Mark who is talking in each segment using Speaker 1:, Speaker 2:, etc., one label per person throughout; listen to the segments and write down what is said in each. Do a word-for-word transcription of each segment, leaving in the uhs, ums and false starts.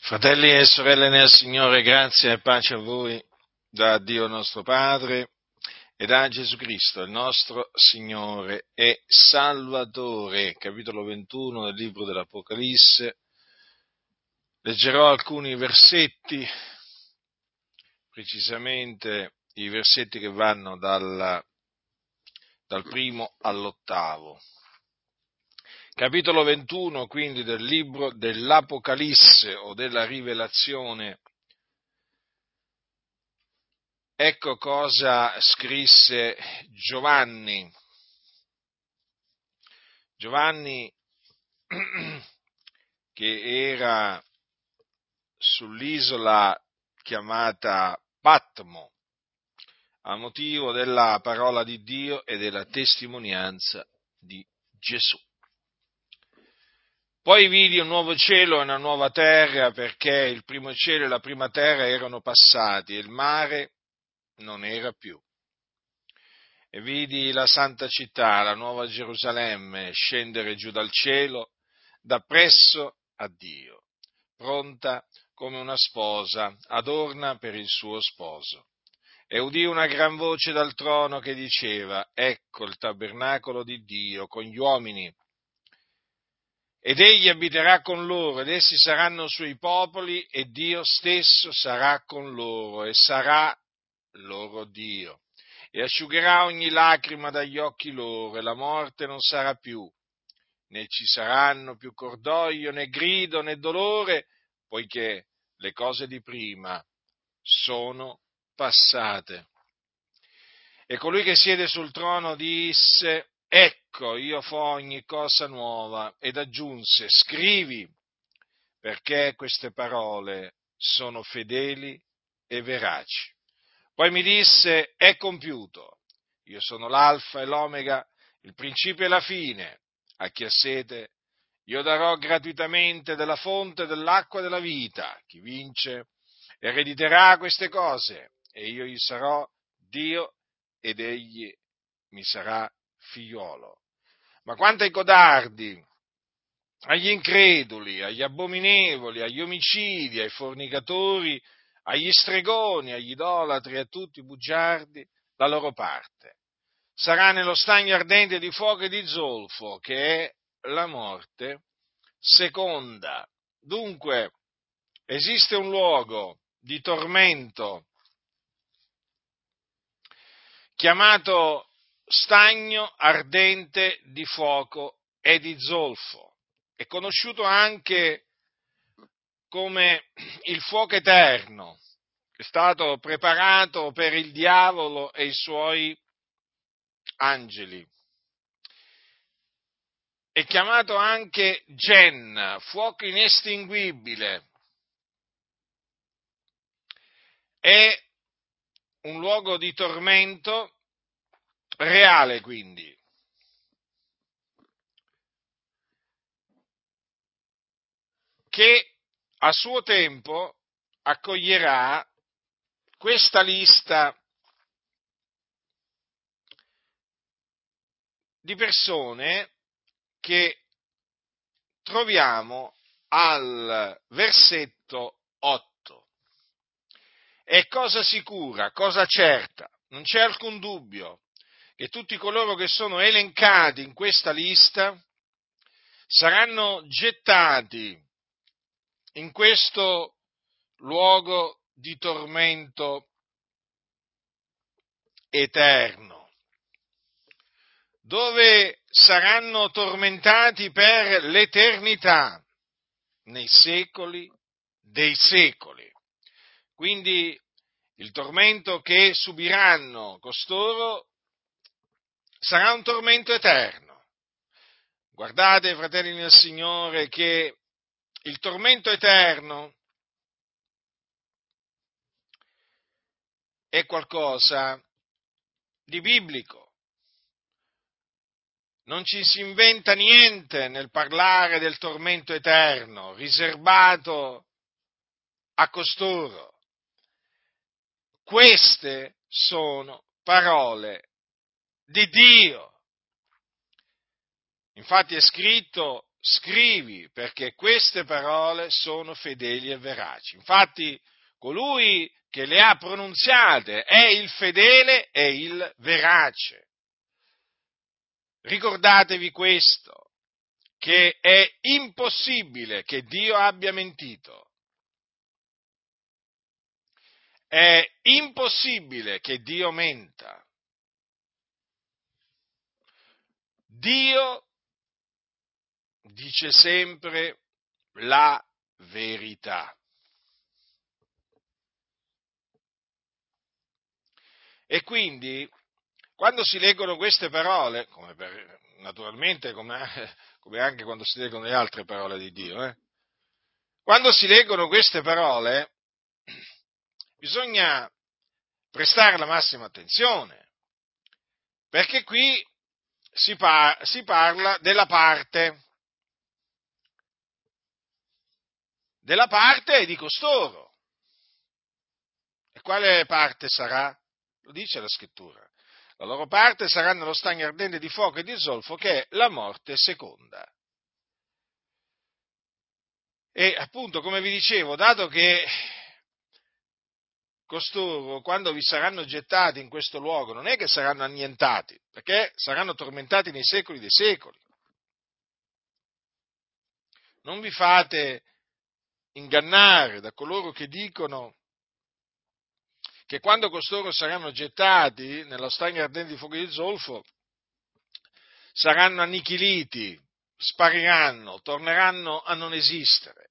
Speaker 1: Fratelli e sorelle nel Signore, grazia e pace a voi da Dio nostro Padre e da Gesù Cristo, il nostro Signore e Salvatore. Capitolo ventuno del libro dell'Apocalisse. Leggerò alcuni versetti, precisamente i versetti che vanno dal, dal primo all'ottavo. Capitolo ventuno, quindi, del libro dell'Apocalisse o della Rivelazione. Ecco cosa scrisse Giovanni. Giovanni, che era sull'isola chiamata Patmo, a motivo della parola di Dio e della testimonianza di Gesù. Poi vidi un nuovo cielo e una nuova terra, perché il primo cielo e la prima terra erano passati e il mare non era più. E vidi la santa città, la nuova Gerusalemme, scendere giù dal cielo, da presso a Dio, pronta come una sposa, adorna per il suo sposo. E udì una gran voce dal trono che diceva: ecco il tabernacolo di Dio con gli uomini, ed egli abiterà con loro, ed essi saranno suoi popoli, e Dio stesso sarà con loro, e sarà loro Dio. E asciugherà ogni lacrima dagli occhi loro, e la morte non sarà più, né ci saranno più cordoglio, né grido, né dolore, poiché le cose di prima sono passate. E colui che siede sul trono disse: ecco, io fo ogni cosa nuova, ed aggiunse: scrivi, perché queste parole sono fedeli e veraci. Poi mi disse: è compiuto, io sono l'alfa e l'omega, il principio e la fine. A chi ha sete io darò gratuitamente della fonte dell'acqua della vita. Chi vince erediterà queste cose, e io gli sarò Dio ed egli mi sarà figliuolo. Ma quanto ai codardi, agli increduli, agli abominevoli, agli omicidi, ai fornicatori, agli stregoni, agli idolatri, a tutti i bugiardi, la loro parte sarà nello stagno ardente di fuoco e di zolfo, che è la morte seconda. Dunque, esiste un luogo di tormento chiamato stagno ardente di fuoco e di zolfo. È conosciuto anche come il fuoco eterno, che è stato preparato per il diavolo e i suoi angeli. È chiamato anche Gen, fuoco inestinguibile. È un luogo di tormento reale, quindi. Che a suo tempo accoglierà questa lista di persone che troviamo al versetto otto. È cosa sicura, cosa certa, non c'è alcun dubbio che tutti coloro che sono elencati in questa lista saranno gettati in questo luogo di tormento eterno, dove saranno tormentati per l'eternità, nei secoli dei secoli. Quindi il tormento che subiranno costoro sarà un tormento eterno. Guardate, fratelli nel Signore, che il tormento eterno è qualcosa di biblico. Non ci si inventa niente nel parlare del tormento eterno, riservato a costoro. Queste sono parole di Dio. Infatti è scritto scrivi, perché queste parole sono fedeli e veraci. Infatti, colui che le ha pronunziate è il fedele e il verace. Ricordatevi questo, che è impossibile che Dio abbia mentito. È impossibile che Dio menta. Dio dice sempre la verità. E quindi, quando si leggono queste parole, come per, naturalmente come, come anche quando si leggono le altre parole di Dio, eh, quando si leggono queste parole bisogna prestare la massima attenzione, perché qui si, par- si parla della parte, della parte di costoro. E quale parte sarà? Lo dice la scrittura. La loro parte sarà nello stagno ardente di fuoco e di zolfo, che è la morte seconda. E appunto, come vi dicevo, dato che costoro, quando vi saranno gettati in questo luogo, non è che saranno annientati, perché saranno tormentati nei secoli dei secoli. Non vi fate ingannare da coloro che dicono che quando costoro saranno gettati nello stagno ardente di fuoco e di zolfo, saranno annichiliti, spariranno, torneranno a non esistere.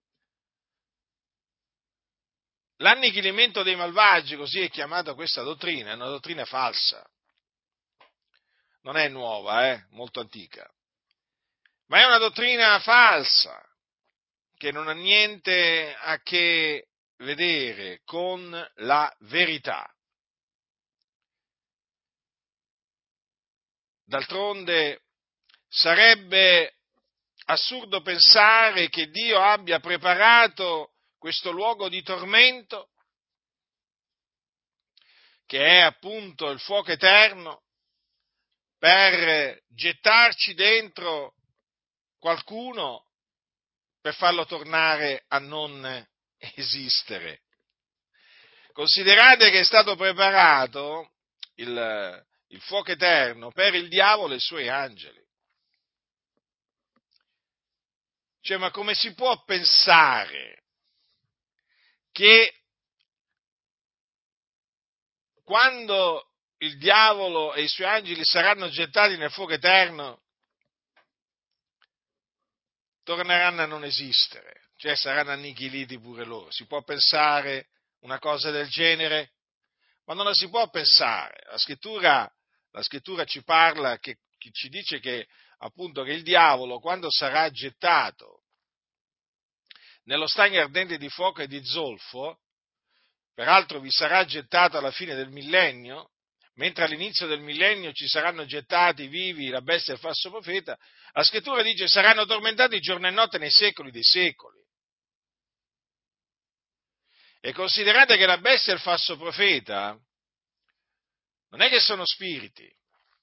Speaker 1: L'annichilimento dei malvagi, così è chiamata questa dottrina, è una dottrina falsa. Non è nuova, è eh? molto antica. Ma è una dottrina falsa, che non ha niente a che vedere con la verità. D'altronde sarebbe assurdo pensare che Dio abbia preparato questo luogo di tormento, che è appunto il fuoco eterno, per gettarci dentro qualcuno per farlo tornare a non esistere. Considerate che è stato preparato il, il fuoco eterno per il diavolo e i suoi angeli. Cioè, ma come si può pensare che quando il diavolo e i suoi angeli saranno gettati nel fuoco eterno, torneranno a non esistere, cioè saranno annichiliti pure loro? Si può pensare una cosa del genere? Ma non la si può pensare. La scrittura, la scrittura ci parla, che, che ci dice che appunto che il diavolo, quando sarà gettato nello stagno ardente di fuoco e di zolfo, peraltro vi sarà gettato alla fine del millennio, mentre all'inizio del millennio ci saranno gettati vivi la bestia e il falso profeta, la scrittura dice saranno tormentati giorno e notte nei secoli dei secoli. E considerate che la bestia e il falso profeta non è che sono spiriti,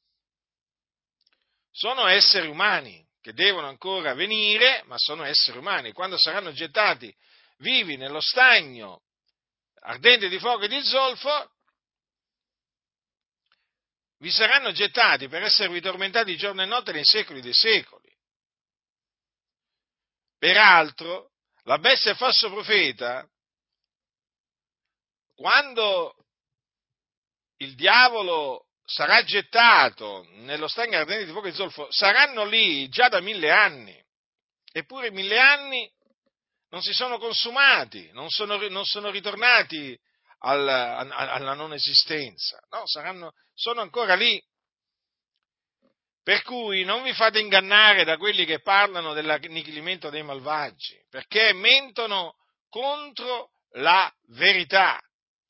Speaker 1: sono esseri umani che devono ancora venire, ma sono esseri umani. Quando saranno gettati vivi nello stagno ardente di fuoco e di zolfo, vi saranno gettati per esservi tormentati giorno e notte nei secoli dei secoli. Peraltro, la bestia e il falso profeta, quando il diavolo sarà gettato nello stagno ardente di fuoco e di zolfo, saranno lì già da mille anni, eppure mille anni non si sono consumati, non sono, non sono ritornati al, alla non esistenza, no, saranno, sono ancora lì. Per cui non vi fate ingannare da quelli che parlano dell'annichilimento dei malvagi, perché mentono contro la verità.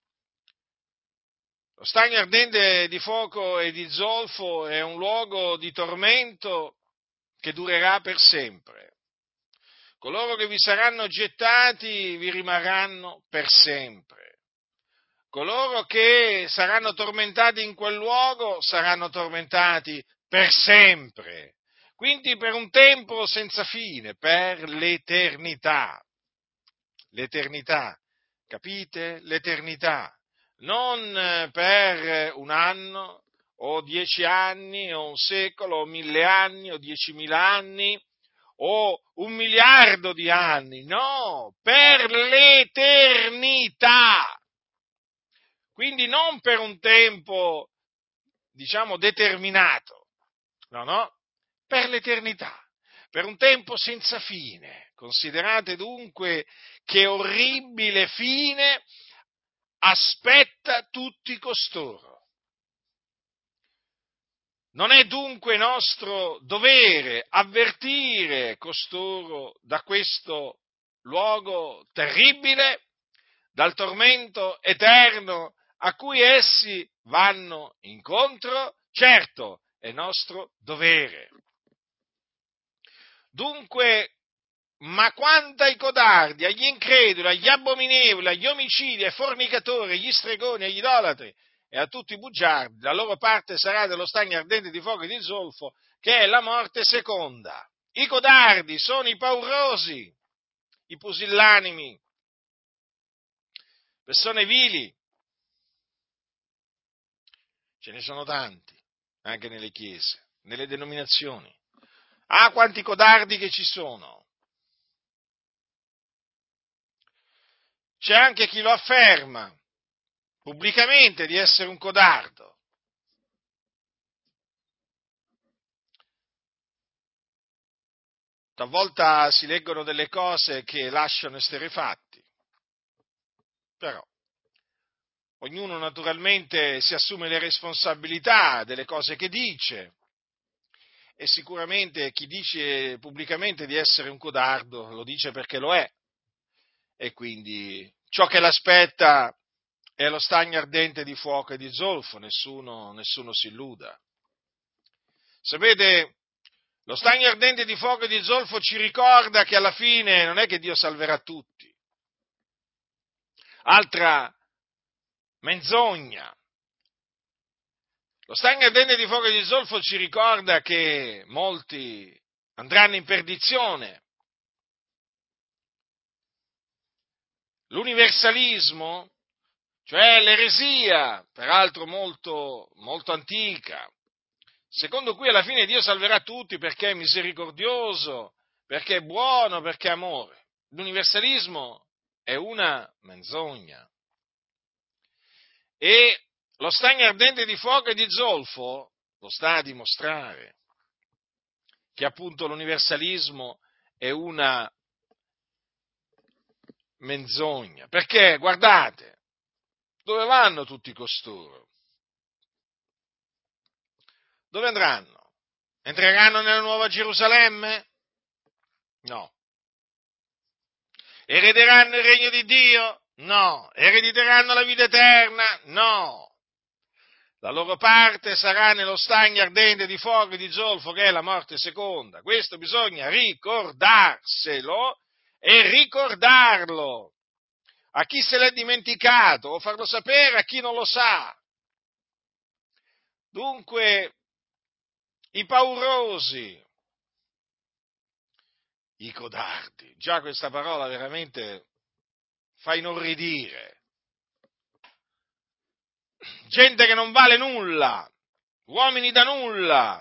Speaker 1: Lo stagno ardente di fuoco e di zolfo è un luogo di tormento che durerà per sempre. Coloro che vi saranno gettati vi rimarranno per sempre. Coloro che saranno tormentati in quel luogo saranno tormentati per sempre. quindi per un tempo senza fine, per l'eternità. L'eternità, capite? L'eternità, non per un anno, o dieci anni, o un secolo, o mille anni, o diecimila anni, o un miliardo di anni, no, per l'eternità. Quindi non per un tempo, diciamo, determinato, no, no, per l'eternità, per un tempo senza fine. Considerate dunque che orribile fine aspetta tutti costoro. Non è dunque nostro dovere avvertire costoro da questo luogo terribile, dal tormento eterno a cui essi vanno incontro? Certo, è nostro dovere. Dunque, ma quanto ai codardi, agli increduli, agli abominevoli, agli omicidi, ai fornicatori, agli stregoni, agli idolatri e a tutti i bugiardi, la loro parte sarà dello stagno ardente di fuoco e di zolfo, che è la morte seconda. I codardi sono i paurosi, i pusillanimi, persone vili. Ce ne sono tanti, anche nelle chiese, nelle denominazioni. Ah, quanti codardi che ci sono! C'è anche chi lo afferma pubblicamente di essere un codardo. Talvolta si leggono delle cose che lasciano esterrefatti, però ognuno naturalmente si assume le responsabilità delle cose che dice e sicuramente chi dice pubblicamente di essere un codardo lo dice perché lo è e quindi ciò che l'aspetta è lo stagno ardente di fuoco e di zolfo, nessuno, nessuno si illuda. Sapete, lo stagno ardente di fuoco e di zolfo ci ricorda che alla fine non è che Dio salverà tutti. Altra menzogna. Lo stagno ardente di fuoco e di zolfo ci ricorda che molti andranno in perdizione. L'universalismo, cioè l'eresia, peraltro molto, molto antica, secondo cui alla fine Dio salverà tutti perché è misericordioso, perché è buono, perché è amore. L'universalismo è una menzogna. E lo stagno ardente di fuoco e di zolfo lo sta a dimostrare che appunto l'universalismo è una menzogna. Perché, guardate, dove vanno tutti costoro? Dove andranno? Entreranno nella nuova Gerusalemme? No. Erederanno il regno di Dio? No. Erediteranno la vita eterna? No. La loro parte sarà nello stagno ardente di fuoco e di zolfo, che è la morte seconda. Questo bisogna ricordarselo e ricordarlo a chi se l'è dimenticato o farlo sapere a chi non lo sa. Dunque, i paurosi, i codardi, già questa parola veramente fa inorridire. Gente che non vale nulla, uomini da nulla.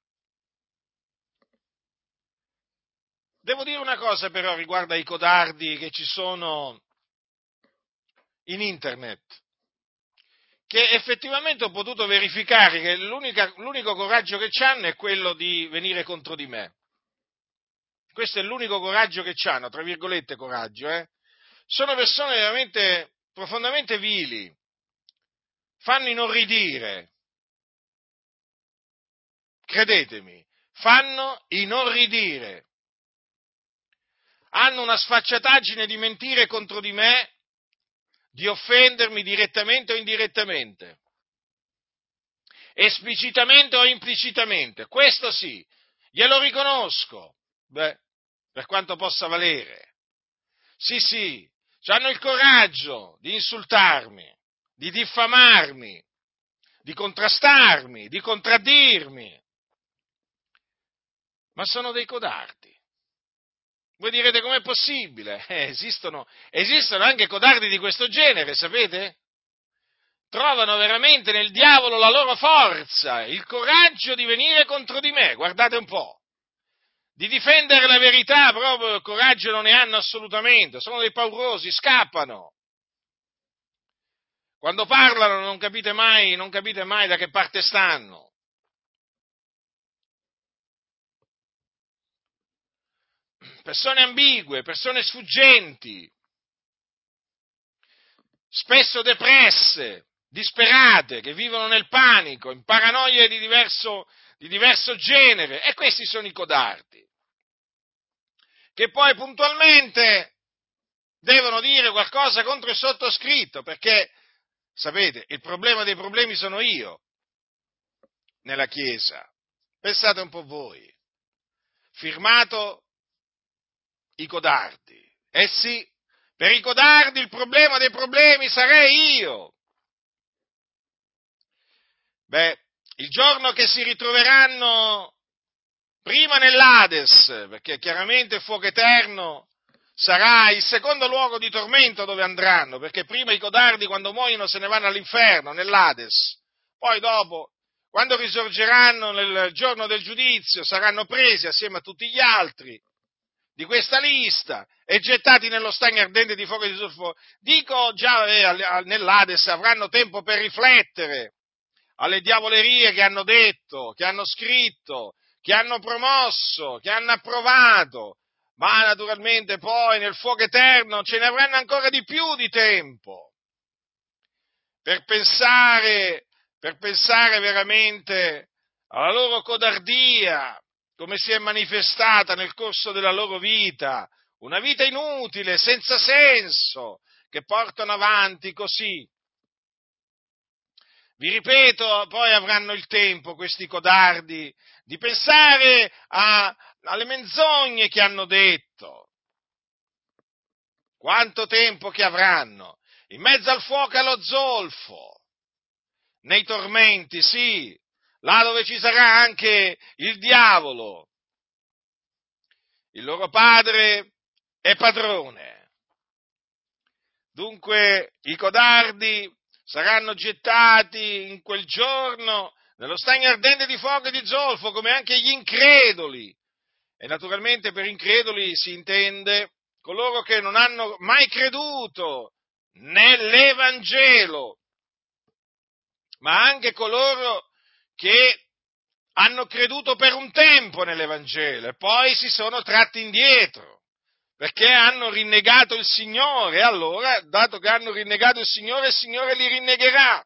Speaker 1: Devo dire una cosa però riguardo ai codardi che ci sono in internet, che effettivamente ho potuto verificare che l'unico coraggio che hanno è quello di venire contro di me. Questo è l'unico coraggio che hanno, tra virgolette coraggio, eh? Sono persone veramente profondamente vili, fanno inorridire, credetemi, fanno inorridire, hanno una sfacciataggine di mentire contro di me, di offendermi direttamente o indirettamente, esplicitamente o implicitamente, questo sì, glielo riconosco, beh, per quanto possa valere. Sì, sì, hanno il coraggio di insultarmi, di diffamarmi, di contrastarmi, di contraddirmi. ma sono dei codardi. Voi direte com'è possibile? Eh, esistono, esistono anche codardi di questo genere, sapete? Trovano veramente nel diavolo la loro forza, il coraggio di venire contro di me, guardate un po', di difendere la verità, proprio il coraggio non ne hanno assolutamente, sono dei paurosi, scappano. Quando parlano non capite mai, non capite mai da che parte stanno. Persone ambigue, persone sfuggenti, spesso depresse, disperate, che vivono nel panico, in paranoie di diverso, di diverso genere, e questi sono i codardi, che poi puntualmente devono dire qualcosa contro il sottoscritto, perché, sapete, il problema dei problemi sono io nella Chiesa. Pensate un po' voi. Firmato i codardi. Eh sì, per i codardi il problema dei problemi sarei io. Beh, il giorno che si ritroveranno prima nell'Ades, perché chiaramente il fuoco eterno sarà il secondo luogo di tormento dove andranno, perché prima i codardi quando muoiono se ne vanno all'inferno, nell'Ades, poi dopo, quando risorgeranno nel giorno del giudizio, saranno presi assieme a tutti gli altri di questa lista e gettati nello stagno ardente di fuoco e di zolfo. Dico già eh, nell'Ades avranno tempo per riflettere alle diavolerie che hanno detto, che hanno scritto, che hanno promosso, che hanno approvato, ma naturalmente poi nel fuoco eterno ce ne avranno ancora di più di tempo per pensare, per pensare veramente alla loro codardia, come si è manifestata nel corso della loro vita, una vita inutile, senza senso, che portano avanti così. Vi ripeto, poi avranno il tempo, questi codardi, di pensare a, alle menzogne che hanno detto. Quanto tempo che avranno? In mezzo al fuoco e allo zolfo, nei tormenti, sì, là dove ci sarà anche il diavolo, il loro padre e padrone. Dunque i codardi saranno gettati in quel giorno nello stagno ardente di fuoco e di zolfo, come anche gli increduli. E naturalmente per increduli si intende coloro che non hanno mai creduto nell'Evangelo, ma anche coloro che hanno creduto per un tempo nell'Evangelo e poi si sono tratti indietro, perché hanno rinnegato il Signore, e allora, dato che hanno rinnegato il Signore, il Signore li rinnegherà.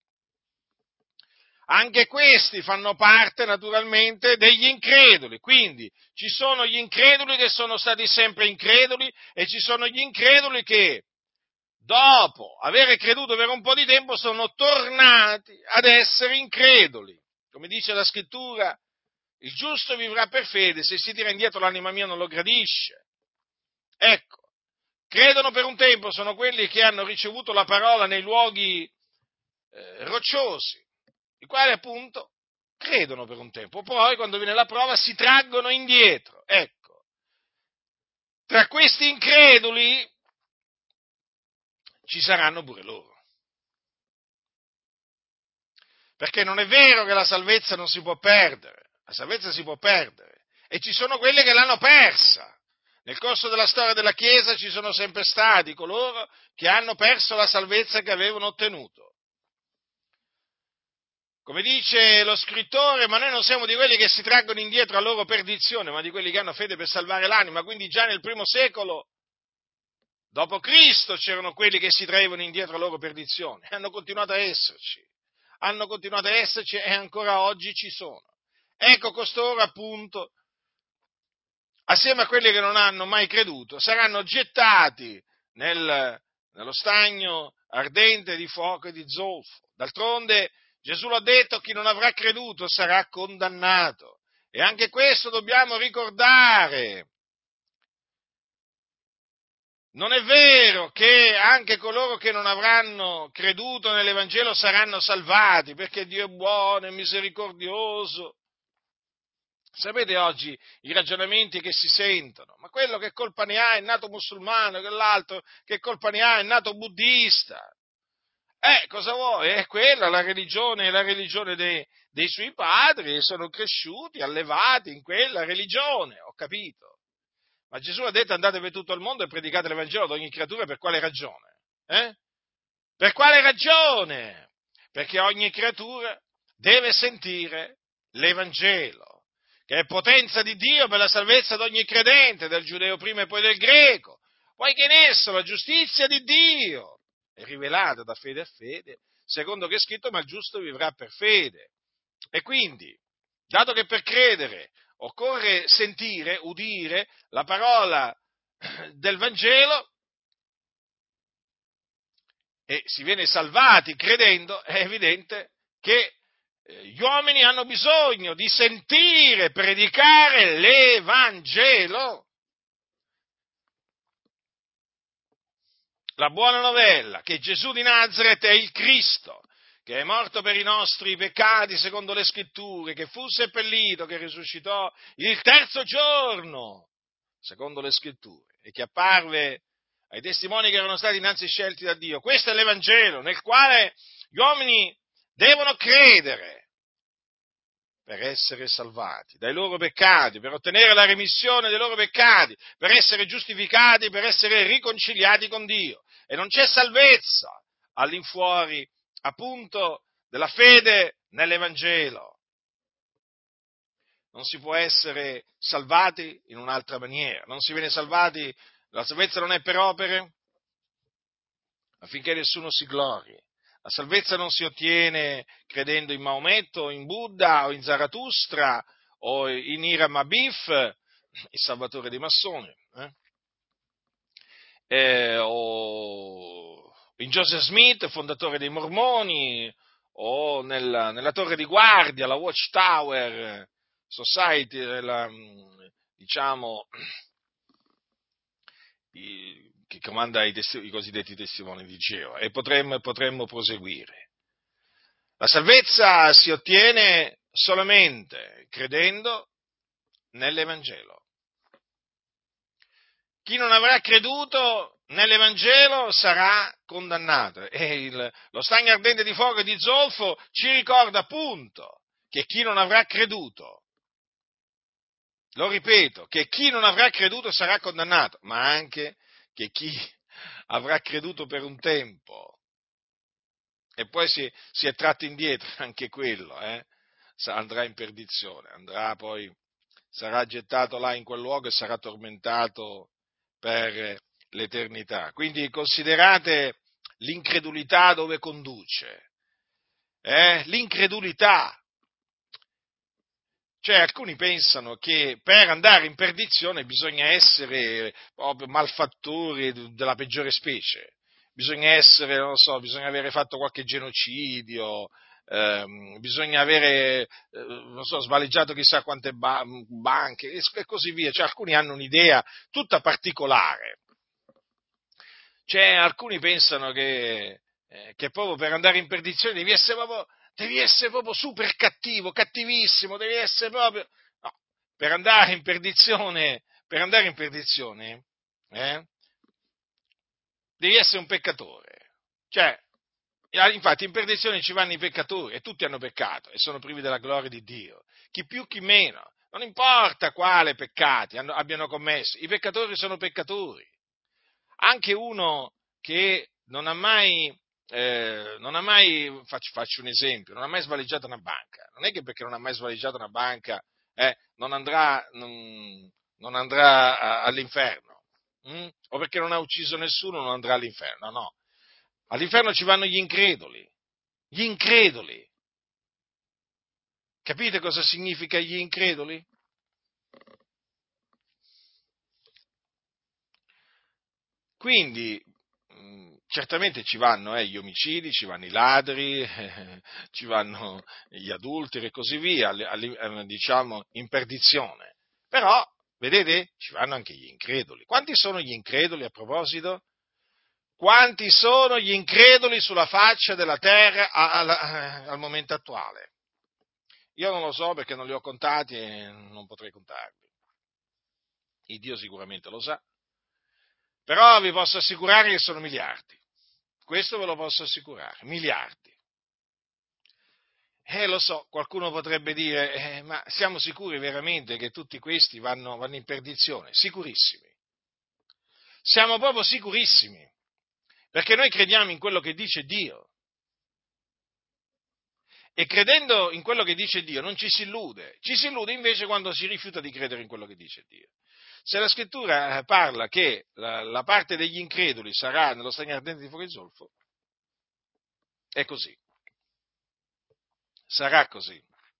Speaker 1: Anche questi fanno parte naturalmente degli increduli, quindi ci sono gli increduli che sono stati sempre increduli e ci sono gli increduli che dopo aver creduto per un po' di tempo sono tornati ad essere increduli. Come dice la scrittura, il giusto vivrà per fede, se si tira indietro l'anima mia non lo gradisce. Ecco, credono per un tempo, sono quelli che hanno ricevuto la parola nei luoghi eh, rocciosi, i quali appunto credono per un tempo, poi quando viene la prova si traggono indietro. Ecco, tra questi increduli ci saranno pure loro. Perché non è vero che la salvezza non si può perdere, la salvezza si può perdere, e ci sono quelli che l'hanno persa. Nel corso della storia della Chiesa ci sono sempre stati coloro che hanno perso la salvezza che avevano ottenuto. Come dice lo scrittore, ma noi non siamo di quelli che si traggono indietro a loro perdizione, ma di quelli che hanno fede per salvare l'anima. Quindi già nel primo secolo, dopo Cristo, c'erano quelli che si traevano indietro a loro perdizione, e hanno continuato a esserci. hanno continuato a esserci e ancora oggi ci sono. Ecco, costoro appunto, assieme a quelli che non hanno mai creduto, saranno gettati nel, nello stagno ardente di fuoco e di zolfo. D'altronde Gesù l'ha detto, chi non avrà creduto sarà condannato. E anche questo dobbiamo ricordare. Non è vero che anche coloro che non avranno creduto nell'Evangelo saranno salvati, perché Dio è buono e misericordioso. Sapete oggi i ragionamenti che si sentono? Ma quello che colpa ne ha è nato musulmano, quell'altro che colpa ne ha è nato buddista. Eh, cosa vuoi? È quella la religione, la religione dei, dei suoi padri, sono cresciuti, allevati in quella religione, ho capito. Ma Gesù ha detto andate per tutto il mondo e predicate l'Evangelo ad ogni creatura, per quale ragione? Eh? Per quale ragione? Perché ogni creatura deve sentire l'Evangelo, che è potenza di Dio per la salvezza di ogni credente, del giudeo prima e poi del greco, poiché in esso la giustizia di Dio è rivelata da fede a fede, secondo che è scritto, ma il giusto vivrà per fede. E quindi, dato che per credere occorre sentire, udire la parola del Vangelo, e si viene salvati credendo, è evidente che eh, gli uomini hanno bisogno di sentire predicare l'Evangelo, la buona novella, che Gesù di Nazaret è il Cristo, che è morto per i nostri peccati secondo le Scritture, che fu seppellito, che risuscitò il terzo giorno secondo le Scritture e che apparve ai testimoni che erano stati innanzi scelti da Dio. Questo è l'Evangelo nel quale gli uomini devono credere per essere salvati dai loro peccati, per ottenere la remissione dei loro peccati, per essere giustificati, per essere riconciliati con Dio. E non c'è salvezza all'infuori, appunto, della fede nell'Evangelo. Non si può essere salvati in un'altra maniera, non si viene salvati, la salvezza non è per opere, affinché nessuno si glori. La salvezza non si ottiene credendo in Maometto, in Buddha o in Zarathustra o in Hiram Abif, il salvatore dei massoni, eh? Eh, o in Joseph Smith, fondatore dei Mormoni, o nella, nella torre di guardia, la Watchtower Society, la, diciamo, i, che comanda i, testi, i cosiddetti testimoni di Geova, e potremmo, potremmo proseguire. La salvezza si ottiene solamente credendo nell'Evangelo. Chi non avrà creduto nell'Evangelo sarà condannato. E il, lo stagno ardente di fuoco e di zolfo ci ricorda appunto che chi non avrà creduto, lo ripeto, che chi non avrà creduto sarà condannato, ma anche che chi avrà creduto per un tempo e poi si, si è tratto indietro, anche quello, eh, andrà in perdizione, andrà poi, sarà gettato là in quel luogo e sarà tormentato per l'eternità. Quindi considerate l'incredulità dove conduce, eh? L'incredulità. Cioè, alcuni pensano che per andare in perdizione bisogna essere proprio malfattori della peggiore specie, bisogna essere, non lo so, bisogna avere fatto qualche genocidio, ehm, bisogna avere, eh, non so, svaligiato chissà quante ba- banche e così via. Cioè, alcuni hanno un'idea tutta particolare. Cioè, alcuni pensano che, eh, che proprio per andare in perdizione devi essere proprio, devi essere proprio super cattivo, cattivissimo, devi essere proprio... No, per andare in perdizione, per andare in perdizione, eh, devi essere un peccatore. Cioè, infatti in perdizione ci vanno i peccatori e tutti hanno peccato e sono privi della gloria di Dio. Chi più, chi meno. Non importa quale peccati hanno, abbiano commesso, i peccatori sono peccatori. Anche uno che non ha mai, eh, non ha mai faccio, faccio un esempio, non ha mai svaligiato una banca, non è che perché non ha mai svaligiato una banca eh, non andrà, non, non andrà a, all'inferno, hm? O perché non ha ucciso nessuno non andrà all'inferno, no. All'inferno ci vanno gli increduli, gli increduli. Capite cosa significa gli increduli? Quindi, mh, certamente ci vanno eh, gli omicidi, ci vanno i ladri, eh, ci vanno gli adulteri e così via, alle- alle- eh, diciamo, in perdizione. Però, vedete, ci vanno anche gli increduli. Quanti sono gli increduli a proposito? Quanti sono gli increduli sulla faccia della terra a- a- al momento attuale? Io non lo so perché non li ho contati e non potrei contarli. Il Dio sicuramente lo sa, però vi posso assicurare che sono miliardi. Questo ve lo posso assicurare, miliardi. Eh, lo so, qualcuno potrebbe dire, eh, ma siamo sicuri veramente che tutti questi vanno, vanno in perdizione? Sicurissimi. Siamo proprio sicurissimi, perché noi crediamo in quello che dice Dio. E credendo in quello che dice Dio non ci si illude, ci si illude invece quando si rifiuta di credere in quello che dice Dio. Se la scrittura parla che la, la parte degli increduli sarà nello stagno ardente di fuoco e zolfo, è così, sarà così.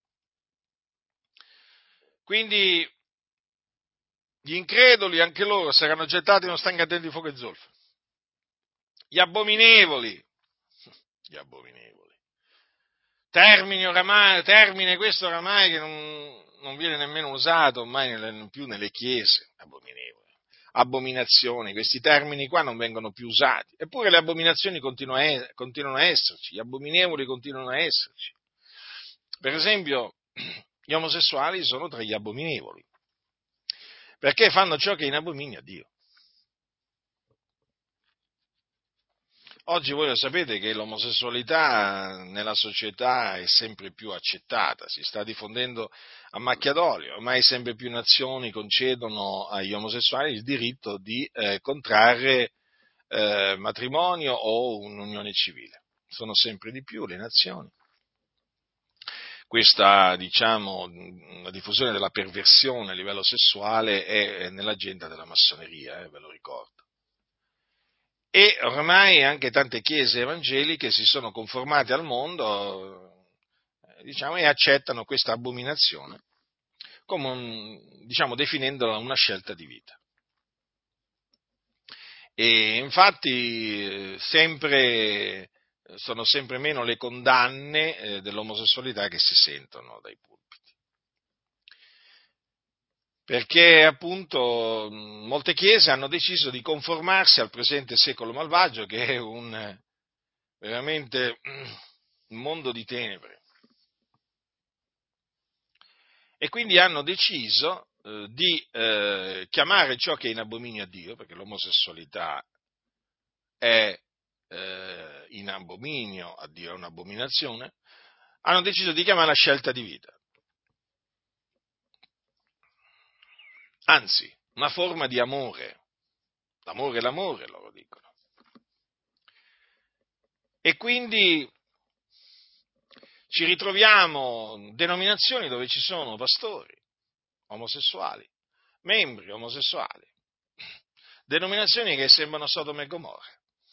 Speaker 1: Quindi gli increduli, anche loro, saranno gettati nello stagno ardente di fuoco e zolfo. Gli abominevoli, gli abominevoli. Termine, oramai, termine questo oramai che non, non viene nemmeno usato ormai nelle, più nelle chiese, abominevole. Abominazioni, questi termini qua non vengono più usati, eppure le abominazioni continuano a, continuano a esserci, gli abominevoli continuano a esserci. Per esempio, gli omosessuali sono tra gli abominevoli, perché fanno ciò che è in abominio a Dio. Oggi voi lo sapete che l'omosessualità nella società è sempre più accettata, si sta diffondendo a macchia d'olio, ormai sempre più nazioni concedono agli omosessuali il diritto di eh, contrarre eh, matrimonio o un'unione civile. Sono sempre di più le nazioni. Questa, diciamo, la diffusione della perversione a livello sessuale è nell'agenda della massoneria, eh, ve lo ricordo. E ormai anche tante chiese evangeliche si sono conformate al mondo, eh, diciamo, e accettano questa abominazione, come un, diciamo, definendola una scelta di vita. E infatti sempre, sono sempre meno le condanne eh, dell'omosessualità che si sentono dai pulpiti. Perché appunto molte chiese hanno deciso di conformarsi al presente secolo malvagio, che è un veramente un mondo di tenebre. E quindi hanno deciso eh, di eh, chiamare ciò che è in abominio a Dio, perché l'omosessualità è eh, in abominio a Dio, è un'abominazione, hanno deciso di chiamarla scelta di vita. Anzi, una forma di amore. L'amore è l'amore, loro dicono. E quindi ci ritroviamo denominazioni dove ci sono pastori omosessuali, membri omosessuali, denominazioni che sembrano Sodoma e Gomorra.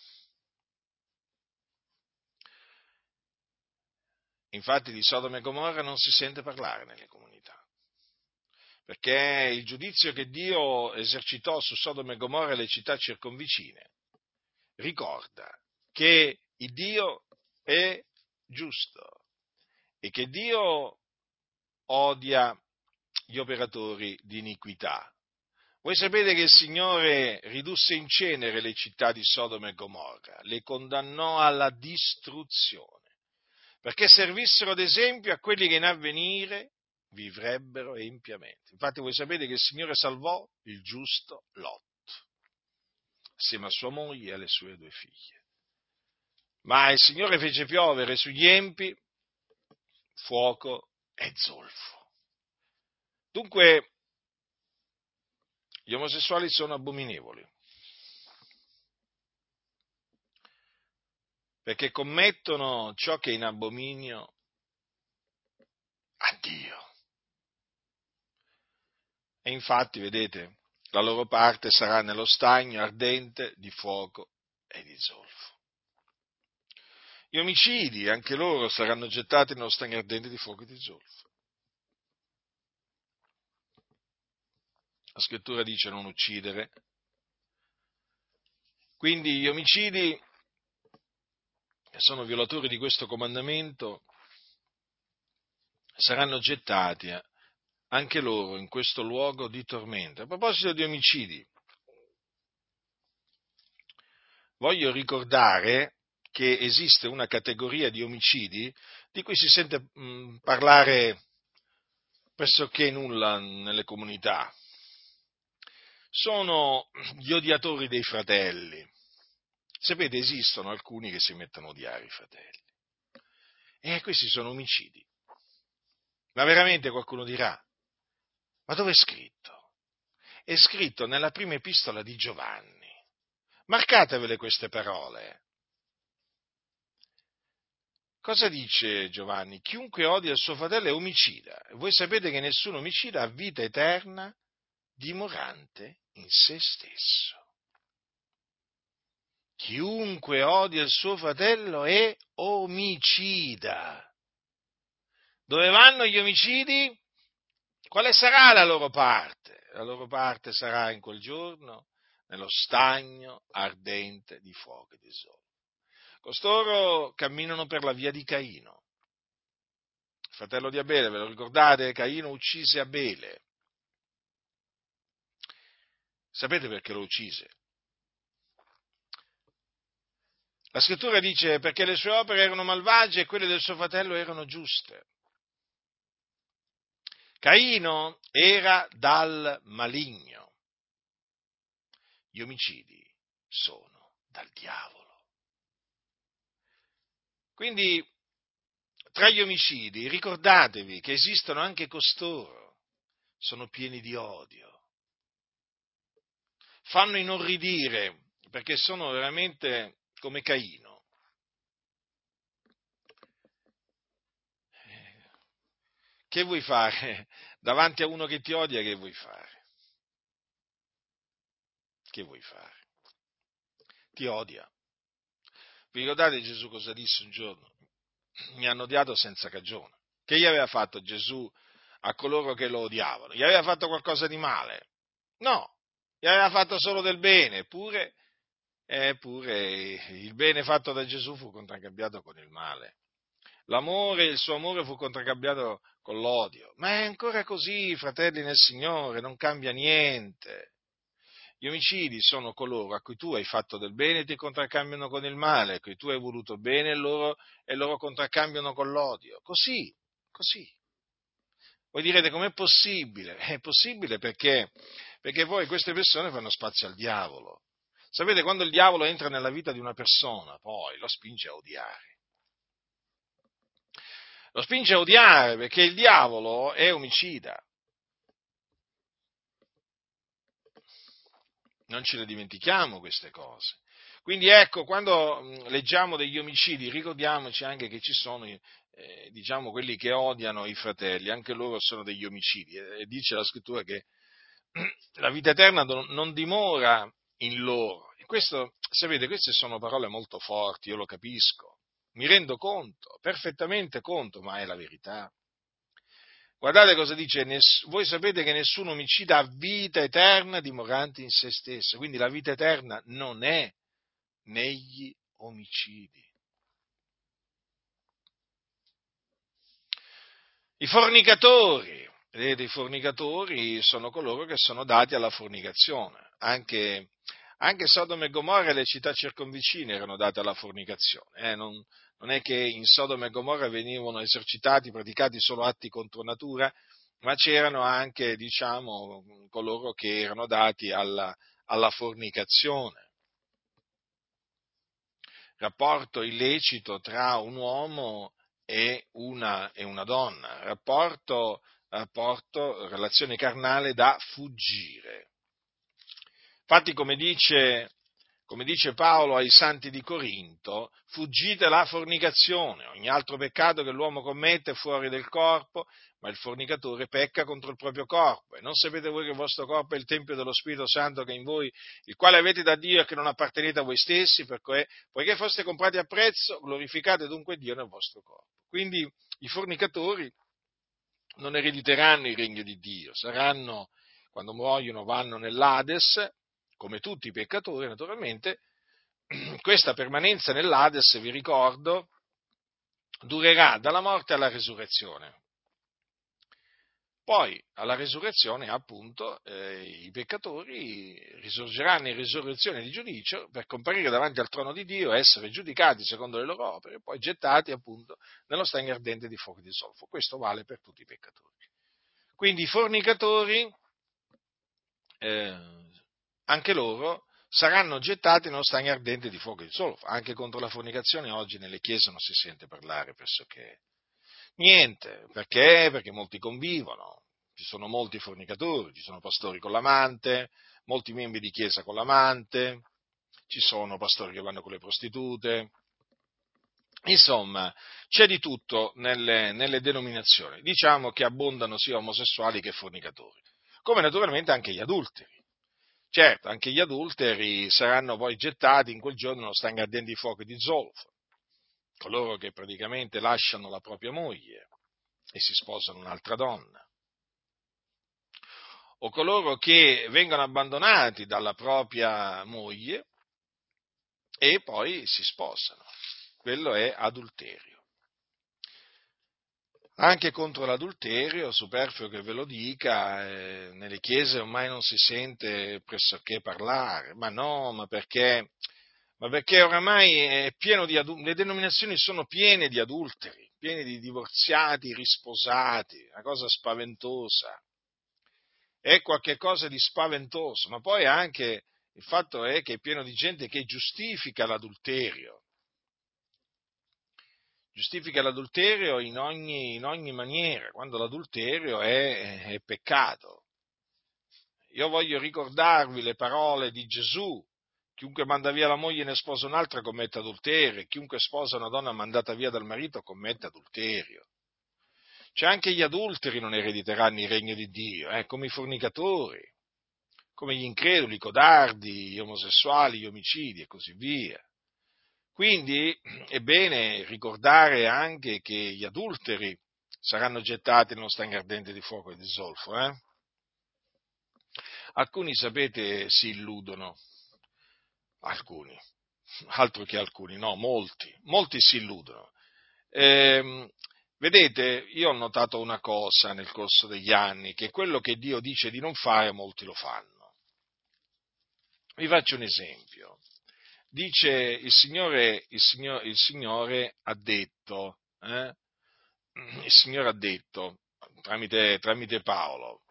Speaker 1: Infatti di Sodoma e Gomorra non si sente parlare nelle comunità, perché il giudizio che Dio esercitò su Sodoma e Gomorra e le città circonvicine ricorda che il Dio è giusto e che Dio odia gli operatori di iniquità. Voi sapete che il Signore ridusse in cenere le città di Sodoma e Gomorra, le condannò alla distruzione, perché servissero d'esempio a quelli che in avvenire vivrebbero empiamente. Infatti voi sapete che il Signore salvò il giusto Lot, assieme a sua moglie e alle sue due figlie. Ma il Signore fece piovere sugli empi fuoco e zolfo. Dunque, gli omosessuali sono abominevoli, perché commettono ciò che è in abominio a Dio. E infatti, vedete, la loro parte sarà nello stagno ardente di fuoco e di zolfo. Gli omicidi, anche loro, saranno gettati nello stagno ardente di fuoco e di zolfo. La scrittura dice non uccidere. Quindi gli omicidi, che sono violatori di questo comandamento, saranno gettati anche loro in questo luogo di tormento. A proposito di omicidi, voglio ricordare che esiste una categoria di omicidi di cui si sente mh, parlare pressoché nulla nelle comunità. Sono gli odiatori dei fratelli. Sapete, esistono alcuni che si mettono a odiare i fratelli. E questi sono omicidi. Ma veramente qualcuno dirà, ma dove è scritto? È scritto nella prima epistola di Giovanni. Marcatevele queste parole. Cosa dice Giovanni? Chiunque odia il suo fratello è omicida. Voi sapete che nessun omicida ha vita eterna dimorante in se stesso. Chiunque odia il suo fratello è omicida. Dove vanno gli omicidi? Quale sarà la loro parte? La loro parte sarà in quel giorno nello stagno ardente di fuoco e di sole. Costoro camminano per la via di Caino. Il fratello di Abele, ve lo ricordate? Caino uccise Abele. Sapete perché lo uccise? La scrittura dice perché le sue opere erano malvagie e quelle del suo fratello erano giuste. Caino era dal maligno. Gli omicidi sono dal diavolo. Quindi, tra gli omicidi, ricordatevi che esistono anche costoro, sono pieni di odio, fanno inorridire, perché sono veramente come Caino. Che vuoi fare? Davanti a uno che ti odia, che vuoi fare? Che vuoi fare? Ti odia. Vi ricordate Gesù cosa disse un giorno? Mi hanno odiato senza cagione. Che gli aveva fatto Gesù a coloro che lo odiavano? Gli aveva fatto qualcosa di male? No, gli aveva fatto solo del bene, eppure, eppure il bene fatto da Gesù fu contraccambiato con il male. L'amore, il suo amore fu contraccambiato con l'odio. Ma è ancora così, fratelli nel Signore, non cambia niente. Gli omicidi sono coloro a cui tu hai fatto del bene e ti contraccambiano con il male, a cui tu hai voluto bene e loro, e loro contraccambiano con l'odio. Così, così. Voi direte com'è possibile? È possibile perché, perché poi queste persone fanno spazio al diavolo. Sapete, quando il diavolo entra nella vita di una persona, poi lo spinge a odiare. Lo spinge a odiare perché il diavolo è omicida. Non ce le dimentichiamo queste cose. Quindi ecco, quando leggiamo degli omicidi, ricordiamoci anche che ci sono, eh, diciamo, quelli che odiano i fratelli, anche loro sono degli omicidi. E dice la scrittura che la vita eterna non dimora in loro. E questo, sapete, queste sono parole molto forti, io lo capisco, mi rendo conto, perfettamente conto, ma è la verità. Guardate cosa dice, voi sapete che nessun omicida ha vita eterna dimorante in se stesso, quindi la vita eterna non è negli omicidi. I fornicatori, vedete, i fornicatori sono coloro che sono dati alla fornicazione, anche, anche Sodoma e Gomorra e le città circonvicine erano date alla fornicazione, eh? non, non è che in Sodoma e Gomorra venivano esercitati, praticati solo atti contro natura, ma c'erano anche, diciamo, coloro che erano dati alla, alla fornicazione. Rapporto illecito tra un uomo e una, e una donna, rapporto, rapporto, relazione carnale da fuggire. Infatti, come dice, come dice Paolo ai santi di Corinto, fuggite la fornicazione, ogni altro peccato che l'uomo commette è fuori del corpo, ma il fornicatore pecca contro il proprio corpo. E non sapete voi che il vostro corpo è il Tempio dello Spirito Santo che è in voi, il quale avete da Dio e che non appartenete a voi stessi, perché, poiché foste comprati a prezzo, glorificate dunque Dio nel vostro corpo. Quindi i fornicatori non erediteranno il regno di Dio, saranno, quando muoiono, vanno nell'Ades, come tutti i peccatori naturalmente. Questa permanenza nell'Ades, vi ricordo, durerà dalla morte alla resurrezione. Poi, alla resurrezione, appunto, eh, i peccatori risorgeranno in risurrezione di giudizio per comparire davanti al trono di Dio, essere giudicati secondo le loro opere, e poi gettati, appunto, nello stagno ardente di fuoco e di solfo. Questo vale per tutti i peccatori. Quindi i fornicatori, eh, anche loro, saranno gettati nello stagno ardente di fuoco e di zolfo. Anche contro la fornicazione oggi nelle chiese non si sente parlare pressoché niente. Perché? Perché molti convivono, ci sono molti fornicatori, ci sono pastori con l'amante, molti membri di chiesa con l'amante, ci sono pastori che vanno con le prostitute. Insomma, c'è di tutto nelle, nelle denominazioni. Diciamo che abbondano sia omosessuali che fornicatori, come naturalmente anche gli adulteri. Certo, anche gli adulteri saranno poi gettati in quel giorno nello stagno ardente di fuoco e di zolfo, coloro che praticamente lasciano la propria moglie e si sposano un'altra donna, o coloro che vengono abbandonati dalla propria moglie e poi si sposano. Quello è adulterio. Anche contro l'adulterio, superfluo che ve lo dica, eh, nelle chiese ormai non si sente pressoché parlare, ma no, ma perché, ma perché oramai è pieno di adu- le denominazioni sono piene di adulteri, piene di divorziati, risposati, una cosa spaventosa, è qualcosa di spaventoso, ma poi anche il fatto è che è pieno di gente che giustifica l'adulterio. Giustifica l'adulterio in ogni, in ogni maniera, quando l'adulterio è, è peccato. Io voglio ricordarvi le parole di Gesù: chiunque manda via la moglie e ne sposa un'altra commette adulterio, e chiunque sposa una donna mandata via dal marito commette adulterio. Cioè anche gli adulteri non erediteranno il regno di Dio, eh, come i fornicatori, come gli increduli, i codardi, gli omosessuali, gli omicidi e così via. Quindi è bene ricordare anche che gli adulteri saranno gettati nello stagno ardente di fuoco e di zolfo. Eh? Alcuni, sapete, si illudono, alcuni, altro che alcuni, no, molti, molti si illudono. Ehm, vedete, io ho notato una cosa nel corso degli anni, che quello che Dio dice di non fare, molti lo fanno. Vi faccio un esempio. Dice il Signore, il Signore, il Signore ha detto, eh? il Signore ha detto tramite, tramite Paolo: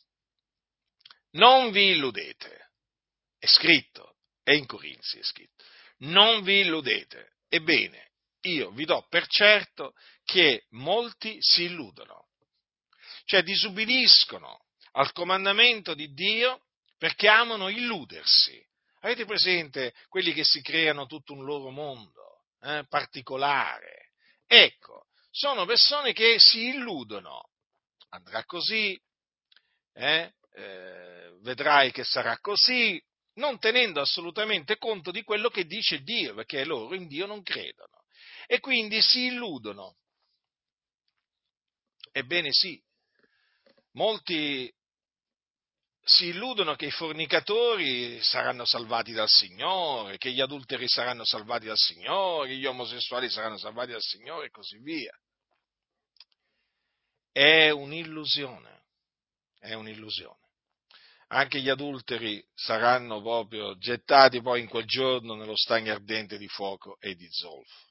Speaker 1: non vi illudete, è scritto, è in Corinzi è scritto, non vi illudete. Ebbene, io vi do per certo che molti si illudono, cioè disubbidiscono al comandamento di Dio perché amano illudersi. Avete presente quelli che si creano tutto un loro mondo eh, particolare? Ecco, sono persone che si illudono. Andrà così, eh, eh, vedrai che sarà così, non tenendo assolutamente conto di quello che dice Dio, perché loro in Dio non credono. E quindi si illudono. Ebbene sì, molti si illudono che i fornicatori saranno salvati dal Signore, che gli adulteri saranno salvati dal Signore, che gli omosessuali saranno salvati dal Signore e così via. È un'illusione, è un'illusione. Anche gli adulteri saranno proprio gettati poi in quel giorno nello stagno ardente di fuoco e di zolfo.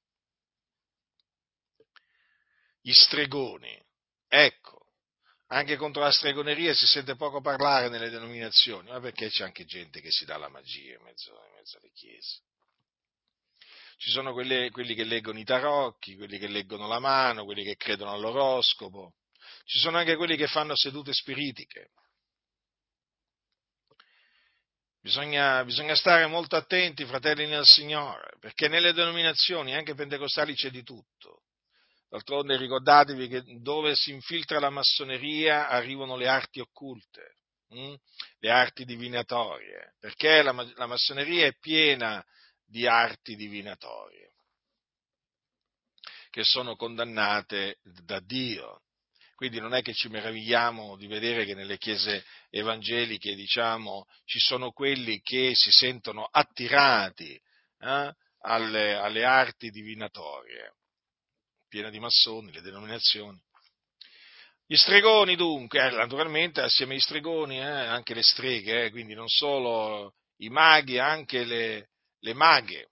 Speaker 1: Gli stregoni, ecco. Anche contro la stregoneria si sente poco parlare nelle denominazioni, ma perché c'è anche gente che si dà la magia in mezzo, in mezzo alle chiese. Ci sono quelle, quelli che leggono i tarocchi, quelli che leggono la mano, quelli che credono all'oroscopo. Ci sono anche quelli che fanno sedute spiritiche. Bisogna, bisogna stare molto attenti, fratelli nel Signore, perché nelle denominazioni, anche pentecostali, c'è di tutto. D'altronde ricordatevi che dove si infiltra la massoneria arrivano le arti occulte, hm? le arti divinatorie, perché la, la massoneria è piena di arti divinatorie che sono condannate da Dio. Quindi non è che ci meravigliamo di vedere che nelle chiese evangeliche, diciamo, ci sono quelli che si sentono attirati eh, alle, alle arti divinatorie, piena di massoni, le denominazioni. Gli stregoni dunque, eh, naturalmente assieme agli stregoni eh, anche le streghe, eh, quindi non solo i maghi, anche le, le maghe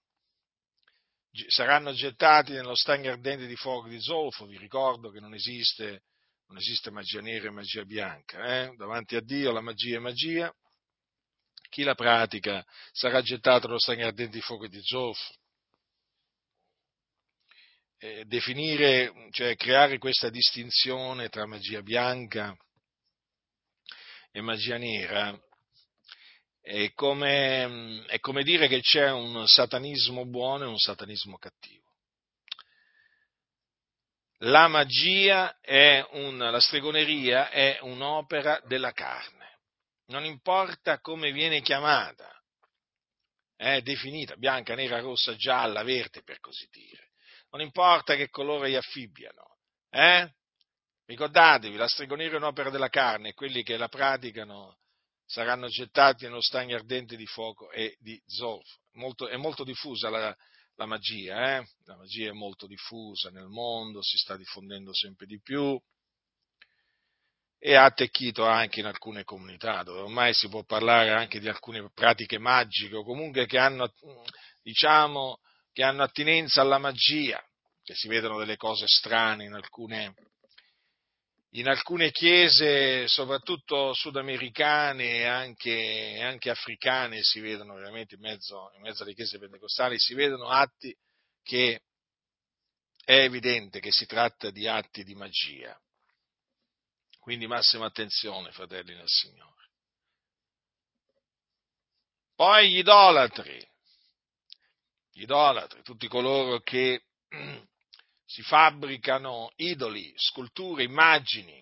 Speaker 1: saranno gettati nello stagno ardente di fuoco di zolfo. Vi ricordo che non esiste, non esiste magia nera e magia bianca, eh? Davanti a Dio la magia è magia, chi la pratica sarà gettato nello stagno ardente di fuoco e di zolfo. Eh, definire, cioè creare questa distinzione tra magia bianca e magia nera è come, è come dire che c'è un satanismo buono e un satanismo cattivo. La magia è un, la stregoneria è un'opera della carne, non importa come viene chiamata, è definita bianca, nera, rossa, gialla, verde per così dire, non importa che colore gli affibbiano, eh? Ricordatevi, la stregoneria è un'opera della carne e quelli che la praticano saranno gettati nello stagno ardente di fuoco e di zolfo. Molto, è molto diffusa la, la magia, eh? La magia è molto diffusa nel mondo, si sta diffondendo sempre di più e ha attecchito anche in alcune comunità, dove ormai si può parlare anche di alcune pratiche magiche o comunque che hanno, diciamo, che hanno attinenza alla magia, che si vedono delle cose strane in alcune In alcune chiese, soprattutto sudamericane e anche, anche africane, si vedono veramente in mezzo, in mezzo alle chiese pentecostali, si vedono atti che è evidente che si tratta di atti di magia. Quindi massima attenzione, fratelli nel Signore. Poi gli idolatri, gli idolatri, tutti coloro che si fabbricano idoli, sculture, immagini.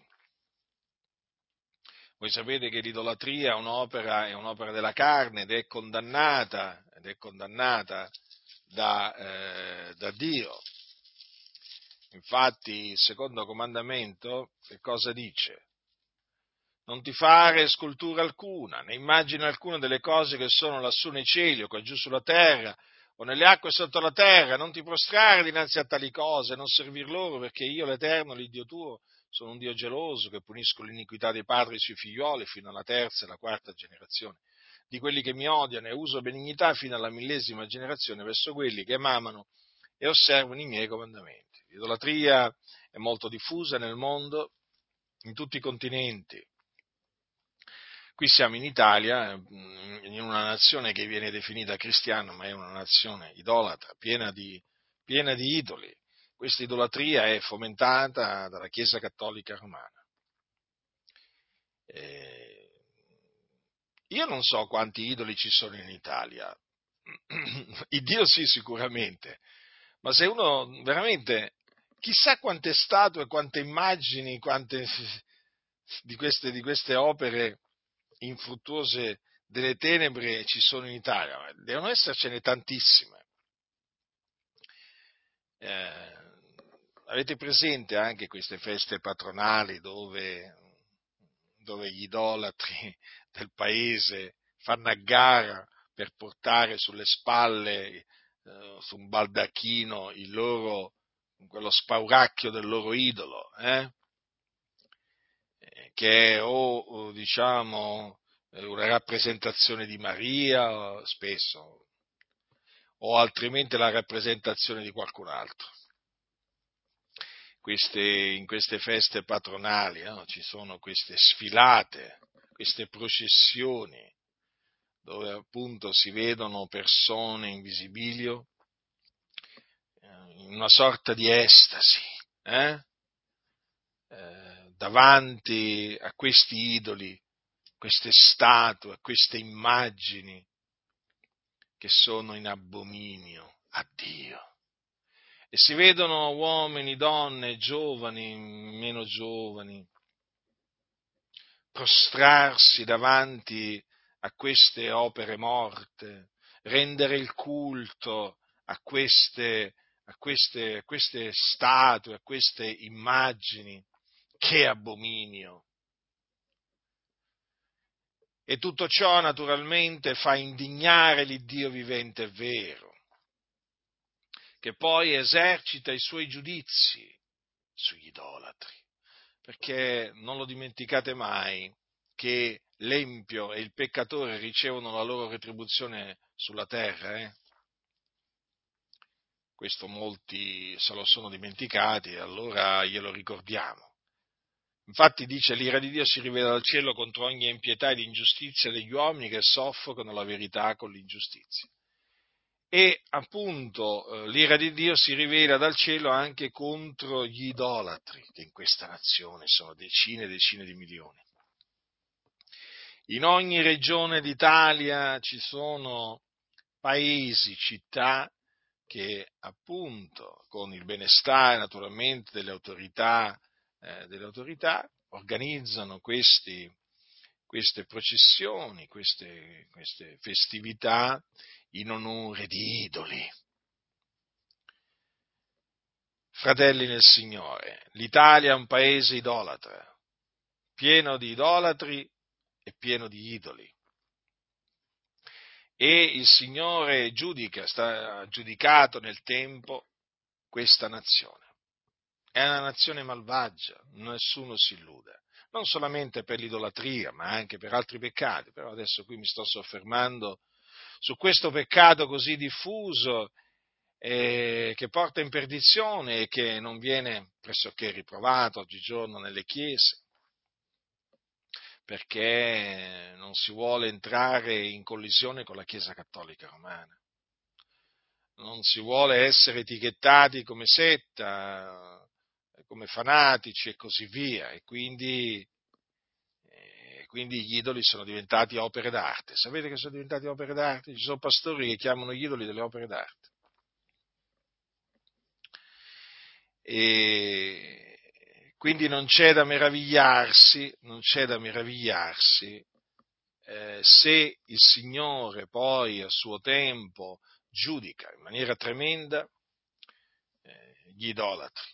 Speaker 1: Voi sapete che l'idolatria è un'opera, è un'opera della carne ed è condannata, ed è condannata da, eh, da Dio. Infatti il secondo comandamento che cosa dice? Non ti fare scultura alcuna, né immagine alcuna delle cose che sono lassù nei cieli o qua giù sulla terra o nelle acque sotto la terra, non ti prostrare dinanzi a tali cose, non servir loro, perché io l'Eterno, l'Iddio tuo, sono un Dio geloso che punisco l'iniquità dei padri sui figlioli fino alla terza e alla quarta generazione di quelli che mi odiano e uso benignità fino alla millesima generazione verso quelli che m'amano e osservano i miei comandamenti. L'idolatria è molto diffusa nel mondo, in tutti i continenti. Qui siamo in Italia, in una nazione che viene definita cristiana, ma è una nazione idolatra, piena di, piena di idoli. Questa idolatria è fomentata dalla Chiesa Cattolica Romana. Eh, io non so quanti idoli ci sono in Italia, il Dio sì sicuramente, ma se uno veramente, chissà quante statue, quante immagini, quante di queste, di queste opere infruttuose delle tenebre ci sono in Italia, devono essercene tantissime. Eh, avete presente anche queste feste patronali dove, dove gli idolatri del paese fanno a gara per portare sulle spalle, eh, su un baldacchino, il loro, quello spauracchio del loro idolo, eh? Che è o, o diciamo una rappresentazione di Maria, spesso, o altrimenti la rappresentazione di qualcun altro. Queste, in queste feste patronali no? Ci sono queste sfilate, queste processioni, dove appunto si vedono persone in visibilio, in una sorta di estasi, eh? Eh, davanti a questi idoli, queste statue, queste immagini che sono in abominio a Dio. E si vedono uomini, donne, giovani, meno giovani, prostrarsi davanti a queste opere morte, rendere il culto a queste, a queste, a queste statue, a queste immagini. Che abominio! E tutto ciò naturalmente fa indignare l'Iddio vivente e vero, che poi esercita i suoi giudizi sugli idolatri, perché non lo dimenticate mai che l'empio e il peccatore ricevono la loro retribuzione sulla terra, eh? Questo molti se lo sono dimenticati e allora glielo ricordiamo. Infatti dice: l'ira di Dio si rivela dal cielo contro ogni impietà ed ingiustizia degli uomini che soffocano la verità con l'ingiustizia. E appunto eh, l'ira di Dio si rivela dal cielo anche contro gli idolatri, che in questa nazione sono decine e decine di milioni. In ogni regione d'Italia ci sono paesi, città che appunto con il benestare naturalmente delle autorità, eh, delle autorità organizzano questi, queste processioni, queste, queste festività in onore di idoli. Fratelli nel Signore, l'Italia è un paese idolatra, pieno di idolatri e pieno di idoli. E il Signore giudica, sta giudicato nel tempo questa nazione. È una nazione malvagia, nessuno si illuda, non solamente per l'idolatria, ma anche per altri peccati. Però adesso qui mi sto soffermando su questo peccato così diffuso eh, che porta in perdizione e che non viene pressoché riprovato oggigiorno nelle chiese, perché non si vuole entrare in collisione con la Chiesa Cattolica Romana. Non si vuole essere etichettati come setta, come fanatici e così via, e quindi, e quindi gli idoli sono diventati opere d'arte. Sapete che sono diventati opere d'arte? Ci sono pastori che chiamano gli idoli delle opere d'arte. E quindi non c'è da meravigliarsi, non c'è da meravigliarsi eh, se il Signore poi a suo tempo giudica in maniera tremenda eh, gli idolatri.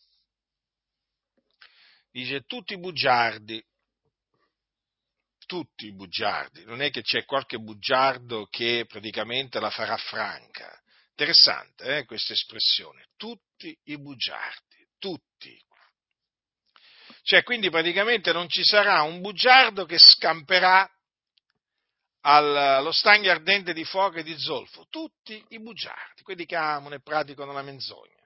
Speaker 1: Dice tutti bugiardi, tutti bugiardi, non è che c'è qualche bugiardo che praticamente la farà franca. Interessante eh, questa espressione, tutti i bugiardi, tutti. Cioè, quindi praticamente non ci sarà un bugiardo che scamperà allo stagno ardente di fuoco e di zolfo, tutti i bugiardi, quelli che amano e praticano la menzogna,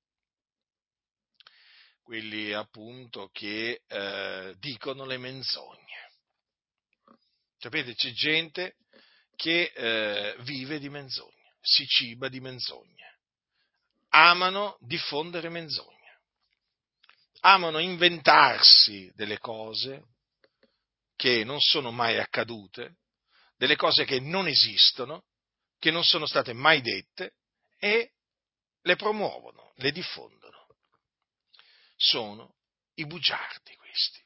Speaker 1: quelli appunto che eh, dicono le menzogne. Sapete, c'è gente che eh, vive di menzogne, si ciba di menzogne, amano diffondere menzogne, amano inventarsi delle cose che non sono mai accadute, delle cose che non esistono, che non sono state mai dette e le promuovono, le diffondono. Sono i bugiardi questi.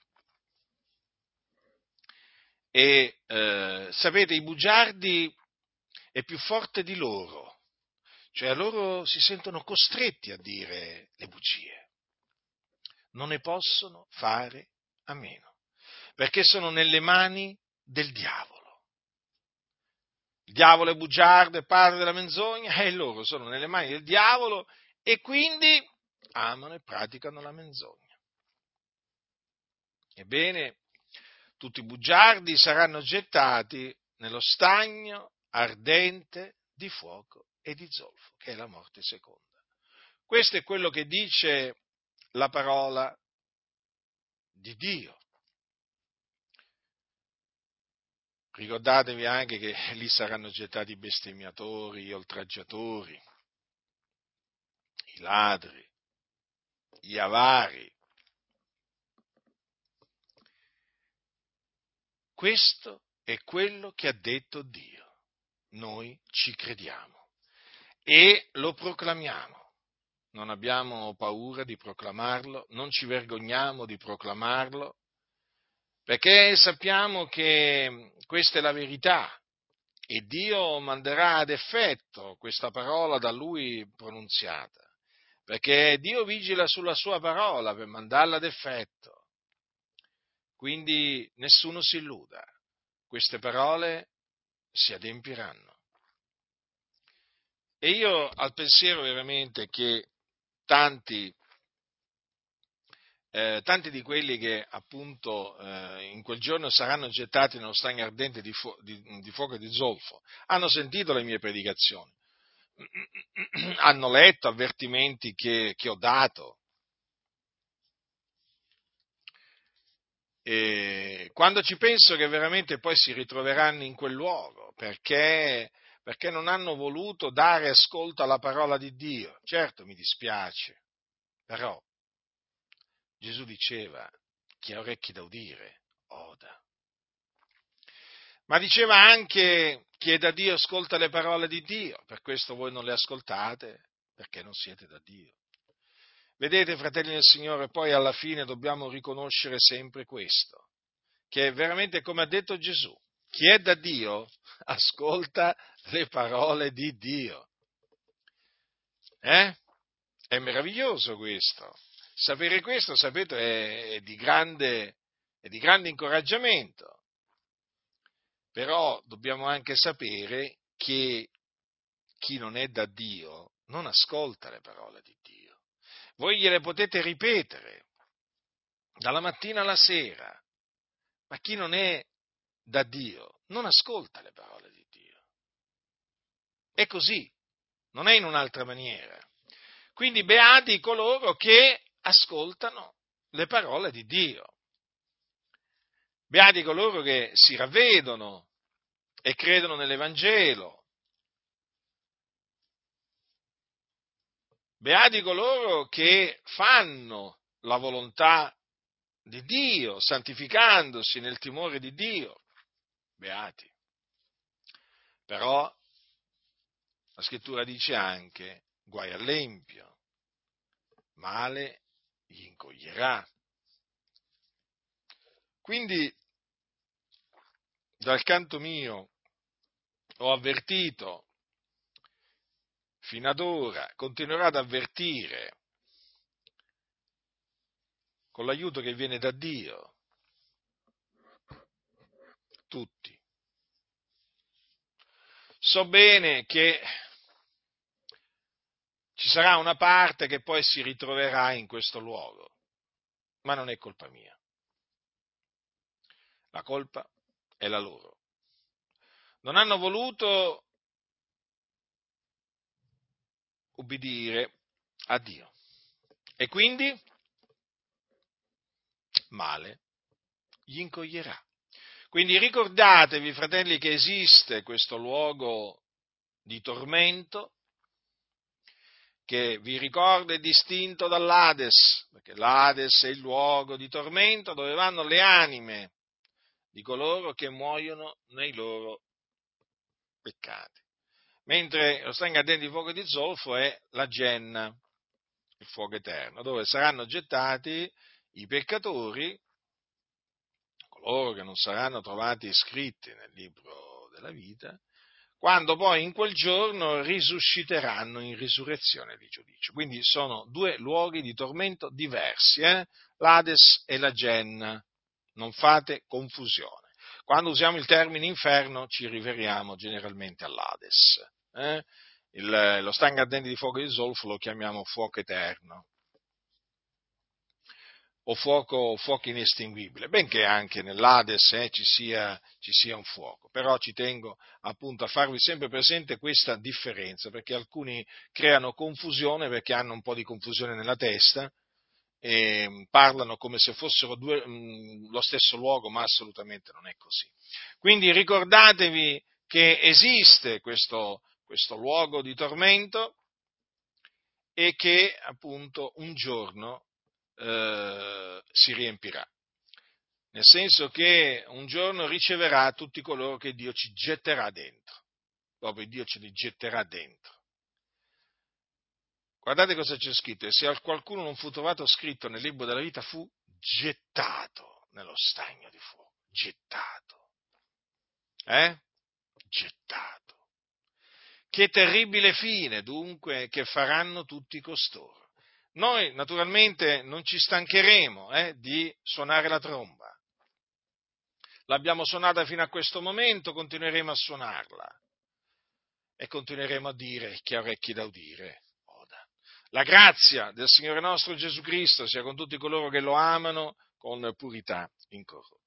Speaker 1: E eh, sapete, i bugiardi è più forte di loro, cioè loro si sentono costretti a dire le bugie, non ne possono fare a meno, perché sono nelle mani del diavolo. Il diavolo è bugiardo e padre della menzogna e loro sono nelle mani del diavolo e quindi amano e praticano la menzogna. Ebbene, tutti i bugiardi saranno gettati nello stagno ardente di fuoco e di zolfo, che è la morte seconda. Questo è quello che dice la parola di Dio. Ricordatevi anche che lì saranno gettati i bestemmiatori, gli oltraggiatori, i ladri, gli avari. Questo è quello che ha detto Dio. Noi ci crediamo e lo proclamiamo. Non abbiamo paura di proclamarlo, non ci vergogniamo di proclamarlo, perché sappiamo che questa è la verità e Dio manderà ad effetto questa parola da Lui pronunziata, perché Dio vigila sulla sua parola per mandarla ad effetto. Quindi nessuno si illuda, queste parole si adempiranno. E io al pensiero veramente che tanti, eh, tanti di quelli che appunto eh, in quel giorno saranno gettati nello stagno ardente di, fu- di, di fuoco e di zolfo, hanno sentito le mie predicazioni, hanno letto avvertimenti che, che ho dato, E quando ci penso che veramente poi si ritroveranno in quel luogo, perché, perché non hanno voluto dare ascolto alla parola di Dio. Certo, mi dispiace, però Gesù diceva: chi ha orecchi da udire, oda. Ma diceva anche: chi è da Dio ascolta le parole di Dio, per questo voi non le ascoltate, perché non siete da Dio. Vedete, fratelli del Signore, poi alla fine dobbiamo riconoscere sempre questo, che veramente come ha detto Gesù, chi è da Dio ascolta le parole di Dio. Eh? È meraviglioso questo. Sapere questo, sapete, è, è, di grande, è di grande incoraggiamento. Però dobbiamo anche sapere che chi non è da Dio non ascolta le parole di Dio. Voi gliele potete ripetere dalla mattina alla sera, ma chi non è da Dio non ascolta le parole di Dio. È così, non è in un'altra maniera. Quindi beati coloro che ascoltano le parole di Dio. Beati coloro che si ravvedono e credono nell'Evangelo. Beati coloro che fanno la volontà di Dio, santificandosi nel timore di Dio. Beati. Però la scrittura dice anche: guai all'empio, male gli incoglierà. Quindi, dal canto mio, ho avvertito fino ad ora, continuerò ad avvertire con l'aiuto che viene da Dio, tutti. So bene che ci sarà una parte che poi si ritroverà in questo luogo, ma non è colpa mia. La colpa è la loro. Non hanno voluto ubbidire a Dio. E quindi male gli incoglierà. Quindi ricordatevi, fratelli, che esiste questo luogo di tormento, che vi ricordo è distinto dall'Ades, perché l'Ades è il luogo di tormento dove vanno le anime di coloro che muoiono nei loro peccati. Mentre lo stagno ardente di fuoco e di zolfo è la genna, il fuoco eterno, dove saranno gettati i peccatori, coloro che non saranno trovati iscritti nel libro della vita, quando poi in quel giorno risusciteranno in risurrezione di giudizio. Quindi sono due luoghi di tormento diversi, eh? l'Ades e la genna, non fate confusione. Quando usiamo il termine inferno ci riferiamo generalmente all'Ades. Eh? Il, lo stagno ardente di fuoco e di zolfo lo chiamiamo fuoco eterno o fuoco, fuoco inestinguibile, benché anche nell'Ades eh, ci, sia, ci sia un fuoco. Però ci tengo appunto a farvi sempre presente questa differenza, perché alcuni creano confusione perché hanno un po' di confusione nella testa e parlano come se fossero due, mh, lo stesso luogo, ma assolutamente non è così. Quindi ricordatevi che esiste questo, questo luogo di tormento e che appunto un giorno eh, si riempirà. Nel senso che un giorno riceverà tutti coloro che Dio ci getterà dentro. Proprio Dio ce li getterà dentro. Guardate cosa c'è scritto: e se qualcuno non fu trovato scritto nel libro della vita, fu gettato nello stagno di fuoco. Gettato. Eh? Gettato. Che terribile fine, dunque, che faranno tutti costoro. Noi, naturalmente, non ci stancheremo eh, di suonare la tromba. L'abbiamo suonata fino a questo momento, continueremo a suonarla. E continueremo a dire: chi ha orecchi da udire, oda. La grazia del Signore nostro Gesù Cristo sia con tutti coloro che lo amano con purità incorrotta.